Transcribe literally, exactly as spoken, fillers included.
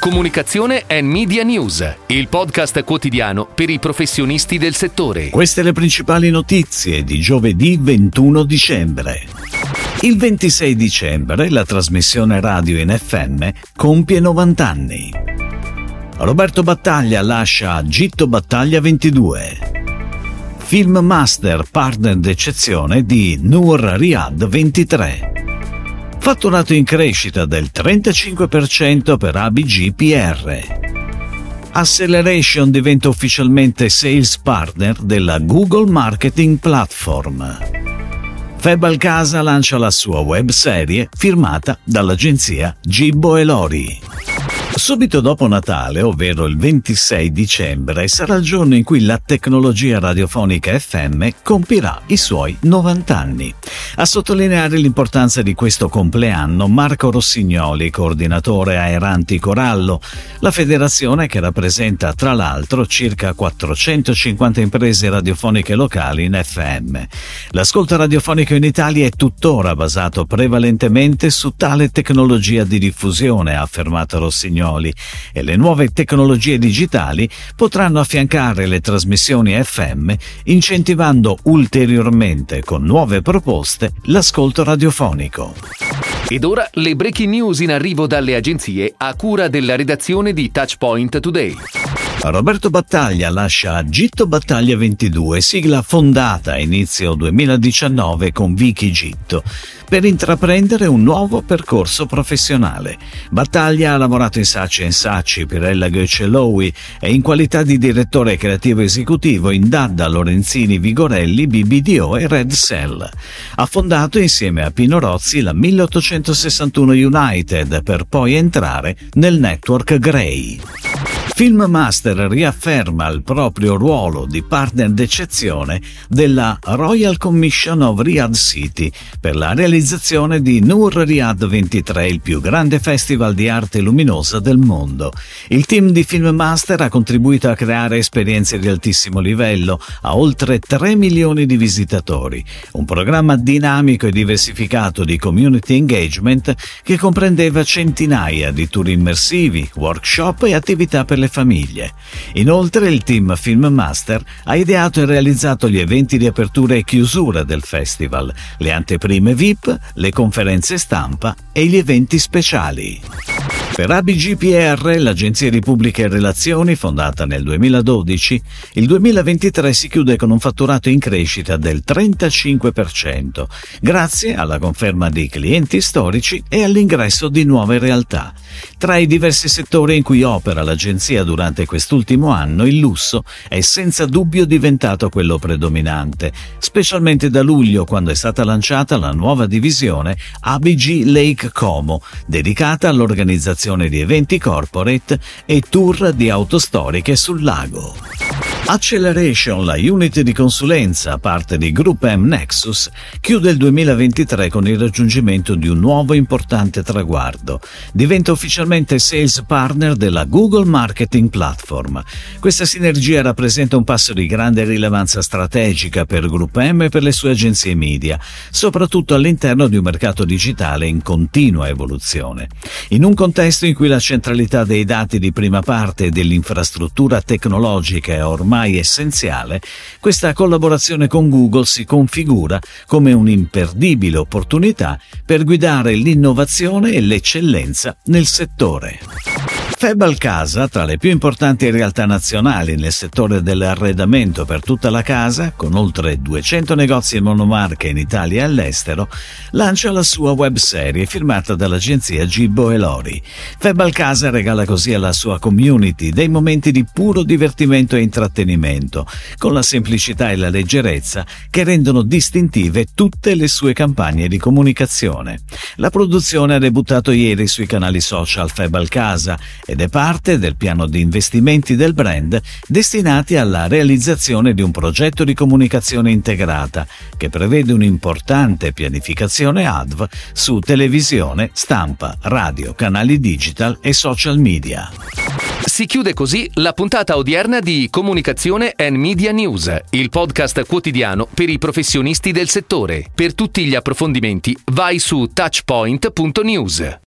Comunicazione and Media News, il podcast quotidiano per i professionisti del settore. Queste le principali notizie di giovedì ventuno dicembre. Il ventisei dicembre la trasmissione radio in F M compie novanta anni. Roberto Battaglia lascia Gitto Battaglia ventidue. Film Master, partner d'eccezione di Noor Riyad ventitré. Fatturato in crescita del trentacinque per cento per A B G P R. Acceleration diventa ufficialmente sales partner della Google Marketing Platform. Febalcasa lancia la sua webserie firmata dall'agenzia Gibbo e Lori. Subito dopo Natale, ovvero il ventisei dicembre, sarà il giorno in cui la tecnologia radiofonica F M compirà i suoi novanta anni. A sottolineare l'importanza di questo compleanno, Marco Rossignoli, coordinatore Aeranti Corallo, la federazione che rappresenta tra l'altro circa quattrocentocinquanta imprese radiofoniche locali in F M. L'ascolto radiofonico in Italia è tuttora basato prevalentemente su tale tecnologia di diffusione, ha affermato Rossignoli, e le nuove tecnologie digitali potranno affiancare le trasmissioni F M, incentivando ulteriormente con nuove proposte l'ascolto radiofonico. Ed ora le breaking news in arrivo dalle agenzie a cura della redazione di Touchpoint Today. Roberto Battaglia lascia Gitto Battaglia ventidue, sigla fondata a inizio duemiladiciannove con Vicky Gitto, per intraprendere un nuovo percorso professionale. Battaglia ha lavorato in Sacci and Sacci, Pirella Goethe Lowy e in qualità di direttore creativo esecutivo in Dadda, Lorenzini, Vigorelli, B B D O e Red Cell. Ha fondato insieme a Pino Rozzi la milleottocentosessantuno United per poi entrare nel network Grey. Film Master riafferma il proprio ruolo di partner d'eccezione della Royal Commission of Riyadh City per la realizzazione di Noor Riyad ventitré, il più grande festival di arte luminosa del mondo. Il team di Film Master ha contribuito a creare esperienze di altissimo livello a oltre tre milioni di visitatori, un programma dinamico e diversificato di community engagement che comprendeva centinaia di tour immersivi, workshop e attività per le famiglie. Inoltre il team Film Master ha ideato e realizzato gli eventi di apertura e chiusura del festival, le anteprime V I P, le conferenze stampa e gli eventi speciali. Per A B G P R, l'agenzia di pubbliche relazioni, fondata nel duemiladodici, il duemilaventitré si chiude con un fatturato in crescita del trentacinque per cento, grazie alla conferma di clienti storici e all'ingresso di nuove realtà. Tra i diversi settori in cui opera l'agenzia durante quest'ultimo anno, il lusso è senza dubbio diventato quello predominante, specialmente da luglio, quando è stata lanciata la nuova divisione A B G Lake Como, dedicata all'organizzazione di eventi corporate e tour di auto storiche sul lago. Acceleration, la unit di consulenza, parte di Group M Nexus, chiude il duemilaventitré con il raggiungimento di un nuovo importante traguardo. Diventa ufficialmente sales partner della Google Marketing Platform. Questa sinergia rappresenta un passo di grande rilevanza strategica per Group M e per le sue agenzie media, soprattutto all'interno di un mercato digitale in continua evoluzione. In un contesto in cui la centralità dei dati di prima parte e dell'infrastruttura tecnologica è ormai essenziale, questa collaborazione con Google si configura come un'imperdibile opportunità per guidare l'innovazione e l'eccellenza nel settore. Febalcasa, tra le più importanti realtà nazionali nel settore dell'arredamento per tutta la casa, con oltre duecento negozi e monomarche in Italia e all'estero, lancia la sua webserie firmata dall'agenzia Gibbo e Lori. Febalcasa regala così alla sua community dei momenti di puro divertimento e intrattenimento, con la semplicità e la leggerezza che rendono distintive tutte le sue campagne di comunicazione. La produzione ha debuttato ieri sui canali social Febalcasa ed è parte del piano di investimenti del brand destinati alla realizzazione di un progetto di comunicazione integrata che prevede un'importante pianificazione A D V su televisione, stampa, radio, canali digital e social media. Si chiude così la puntata odierna di Comunicazione and Media News, il podcast quotidiano per i professionisti del settore. Per tutti gli approfondimenti vai su touchpoint punto news.